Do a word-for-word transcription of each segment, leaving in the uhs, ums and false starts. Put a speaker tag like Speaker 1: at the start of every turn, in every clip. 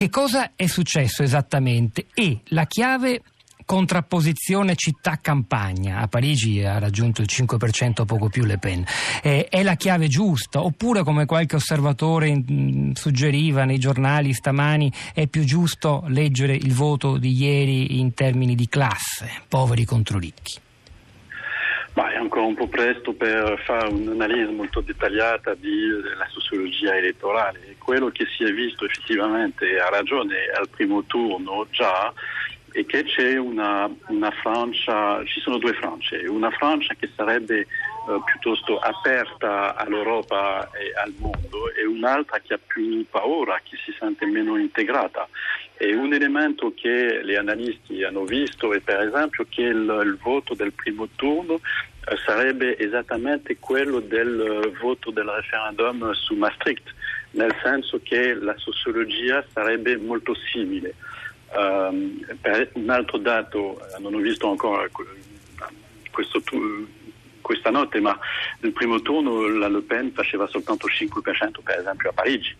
Speaker 1: Che cosa è successo esattamente? E la chiave contrapposizione città-campagna, a Parigi ha raggiunto il cinque per cento, poco più Le Pen, eh, è la chiave giusta? Oppure, come qualche osservatore mh, suggeriva nei giornali stamani, è più giusto leggere il voto di ieri in termini di classe, poveri contro ricchi?
Speaker 2: Ma è ancora un po' presto per fare un'analisi molto dettagliata della sociologia elettorale. Quello che si è visto effettivamente, ha ragione, al primo turno già, è che c'è una, una Francia, ci sono due Francie, una Francia che sarebbe eh, piuttosto aperta all'Europa e al mondo e un'altra che ha più paura, che si sente meno integrata. E un elemento che gli analisti hanno visto è per esempio che il, il voto del primo turno eh, sarebbe esattamente quello del uh, voto del referendum su Maastricht, nel senso che la sociologia sarebbe molto simile. Um, per un altro dato, non ho visto ancora questo, questa notte, ma nel primo turno la Le Pen faceva soltanto cinque per cento per esempio a Parigi.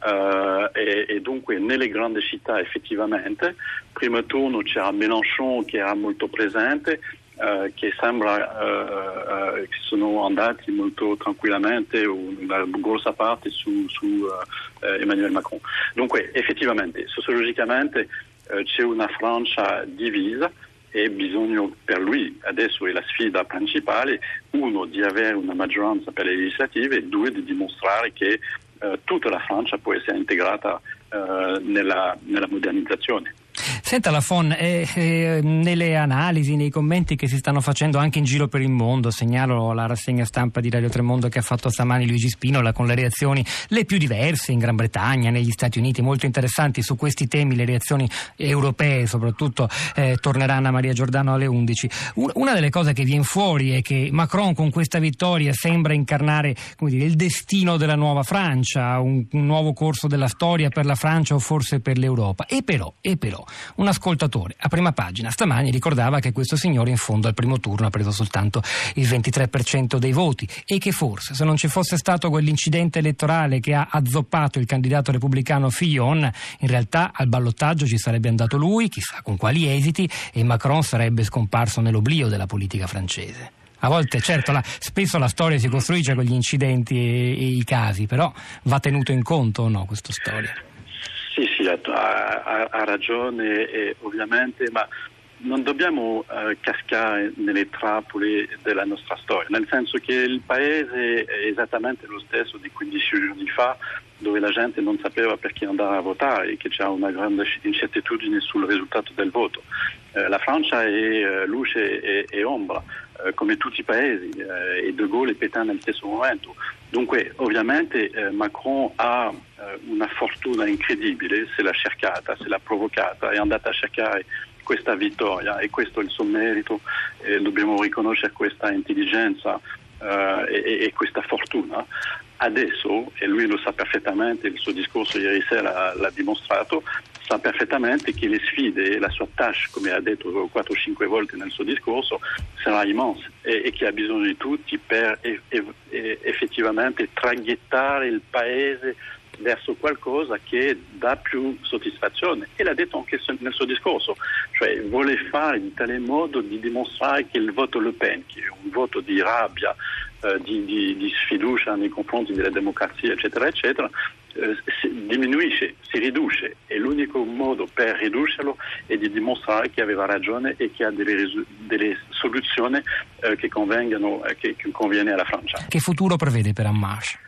Speaker 2: Uh, e, e dunque nelle grandi città effettivamente primo turno c'era Mélenchon che era molto presente, uh, che sembra uh, uh, che sono andati molto tranquillamente una grossa parte su, su uh, Emmanuel Macron. Dunque effettivamente sociologicamente uh, c'è una Francia divisa e bisogna per lui, adesso è la sfida principale, uno di avere una maggioranza per le legislative e due di dimostrare che Uh, tutta la Francia può essere integrata uh, nella, nella modernizzazione.
Speaker 1: Senta Lafon, eh, eh, nelle analisi, nei commenti che si stanno facendo anche in giro per il mondo, segnalo la rassegna stampa di Radio Tremondo che ha fatto stamani Luigi Spinola con le reazioni le più diverse in Gran Bretagna, negli Stati Uniti, molto interessanti su questi temi, le reazioni europee soprattutto, eh, tornerà Anna Maria Giordano alle undici. Una delle cose che viene fuori è che Macron con questa vittoria sembra incarnare, come dire, il destino della nuova Francia, un, un nuovo corso della storia per la Francia o forse per l'Europa. E però, e però un ascoltatore a prima pagina stamani ricordava che questo signore in fondo al primo turno ha preso soltanto il ventitré per cento dei voti e che forse se non ci fosse stato quell'incidente elettorale che ha azzoppato il candidato repubblicano Fillon, in realtà al ballottaggio ci sarebbe andato lui, chissà con quali esiti, e Macron sarebbe scomparso nell'oblio della politica francese. A volte, certo, la, spesso la storia si costruisce con gli incidenti e, e i casi, però va tenuto in conto o no questa storia?
Speaker 2: Sì, sì, ha, ha, ha ragione eh, ovviamente, ma non dobbiamo eh, cascare nelle trappole della nostra storia, nel senso che il paese è esattamente lo stesso di quindici giorni fa, dove la gente non sapeva perché andare a votare e che c'era una grande incertitudine sul risultato del voto. Eh, la Francia è eh, luce e, e ombra, eh, come tutti i paesi, eh, e De Gaulle e Pétain nel stesso momento. Dunque, ovviamente eh, Macron ha eh, una fortuna incredibile, se l'ha cercata, se l'ha provocata, è andata a cercare questa vittoria e questo è il suo merito, eh, dobbiamo riconoscere questa intelligenza eh, e, e questa fortuna. Adesso, e lui lo sa perfettamente, il suo discorso ieri sera l'ha dimostrato, sa perfettamente che le sfide e la sua tâche, come ha detto quattro o cinque volte nel suo discorso, sarà immensa e, e che ha bisogno di tutti per e, e, effettivamente traghettare il paese verso qualcosa che dà più soddisfazione, e l'ha detto anche nel suo discorso, cioè vuole fare in tale modo di dimostrare che il voto Le Pen, che è un voto di rabbia, eh, di, di, di sfiducia nei confronti della democrazia eccetera eccetera, eh, si diminuisce, si riduce, e l'unico modo per ridurcerlo è di dimostrare che aveva ragione e che ha delle, risu- delle soluzioni eh, che convengano, eh, che, che conviene alla Francia.
Speaker 1: Che futuro prevede per En Marche?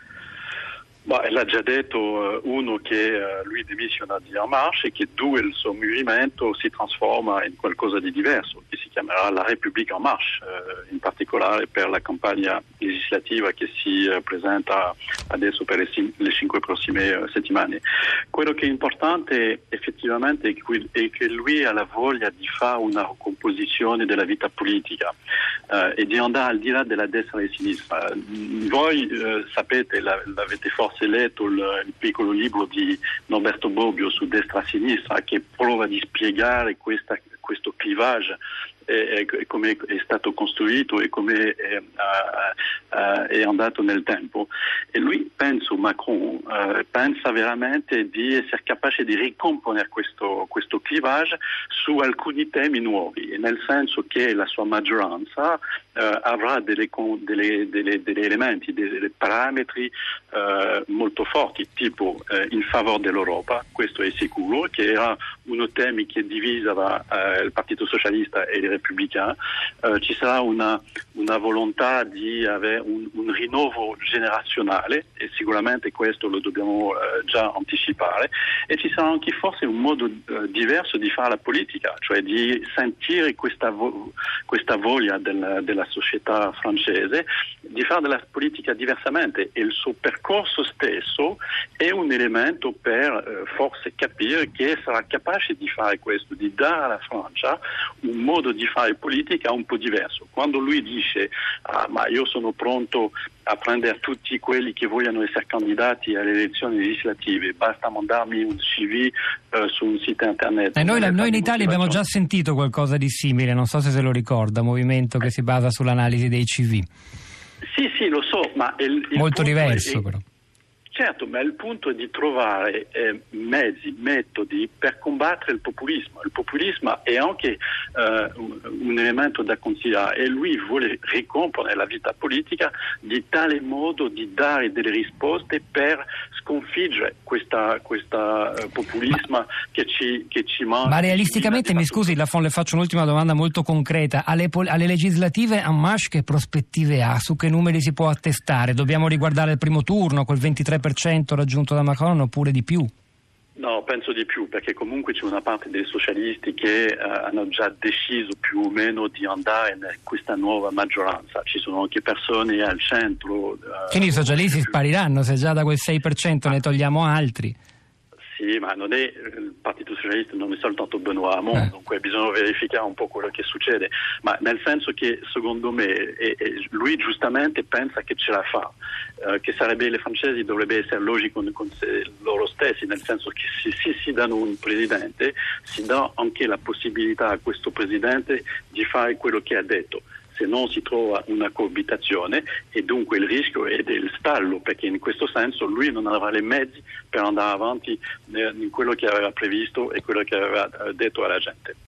Speaker 2: Bah, l'ha già detto, uno che uh, lui dimissiona di En Marche e che due, il suo movimento si trasforma in qualcosa di diverso che si chiamerà la République En Marche, uh, in particolare per la campagna legislativa che si uh, presenta adesso per le, sim- le cinque prossime uh, settimane. Quello che è importante effettivamente è che, è che lui ha la voglia di fare una ricomposizione della vita politica uh, e di andare al di là della destra e della sinistra. Voi uh, sapete, la, l'avete forse letto il, il piccolo libro di Norberto Bobbio su destra-sinistra, che prova di spiegare questa, questo clivage e, e come è stato costruito e come è, uh, è andato nel tempo. E lui, penso, Macron, uh, pensa veramente di essere capace di ricomporre questo, questo clivage su alcuni temi nuovi, nel senso che la sua maggioranza uh, avrà delle, delle, delle, degli elementi, dei parametri uh, molto forti, tipo uh, in favore dell'Europa, questo è sicuro, che era uno temi che divisava uh, il Partito Socialista e i Repubblicani. Uh, ci sarà una, una volontà di avere un, un rinnovo generazionale e sicuramente questo lo dobbiamo uh, già anticipare, e ci sarà anche forse un modo uh, diverso di fare la politica, cioè di sentire questa, vo- questa voglia del, della società francese di fare della politica diversamente, e il suo percorso stesso è un elemento per uh, forse capire che sarà capace di fare questo, di dare alla Francia un modo di fare politica un po' diverso. Quando lui dice ah, ma io sono pronto a prendere tutti quelli che vogliono essere candidati alle elezioni legislative, basta mandarmi un C V uh, su un sito internet.
Speaker 1: E noi, noi in Italia abbiamo già sentito qualcosa di simile, non so se se lo ricorda, movimento che si basa sull'analisi dei C V.
Speaker 2: Sì, sì, lo so, ma il, il
Speaker 1: molto diverso
Speaker 2: è,
Speaker 1: però.
Speaker 2: Certo, ma il punto è di trovare eh, mezzi, metodi per combattere il populismo. Il populismo è anche eh, un, un elemento da considerare, e lui vuole ricomporre la vita politica di tale modo di dare delle risposte per sconfiggere questa, questa uh, populismo ma, che ci che ci manca.
Speaker 1: Ma realisticamente, mi scusi, la Fon, le faccio un'ultima domanda molto concreta. Alle, pol- alle legislative En Marche che prospettive ha? Su che numeri si può attestare? Dobbiamo riguardare il primo turno col ventitré per cento raggiunto da Macron oppure di più?
Speaker 2: No, penso di più, perché comunque c'è una parte dei socialisti che uh, hanno già deciso più o meno di andare in questa nuova maggioranza. Ci sono anche persone al centro. Uh,
Speaker 1: Quindi i socialisti spariranno se già da quel sei per cento ne togliamo altri.
Speaker 2: Sì, ma non è il Partito Socialista, non è soltanto Benoît Hamon, eh. dunque bisogna verificare un po' quello che succede, ma nel senso che secondo me e, e lui giustamente pensa che ce la fa, eh, che sarebbe, le francesi dovrebbe essere logico con se, loro stessi, nel senso che se si, si danno un presidente, si dà anche la possibilità a questo presidente di fare quello che ha detto. Se non si trova una coabitazione, e dunque il rischio è del stallo, perché in questo senso lui non avrà i mezzi per andare avanti in quello che aveva previsto e quello che aveva detto alla gente.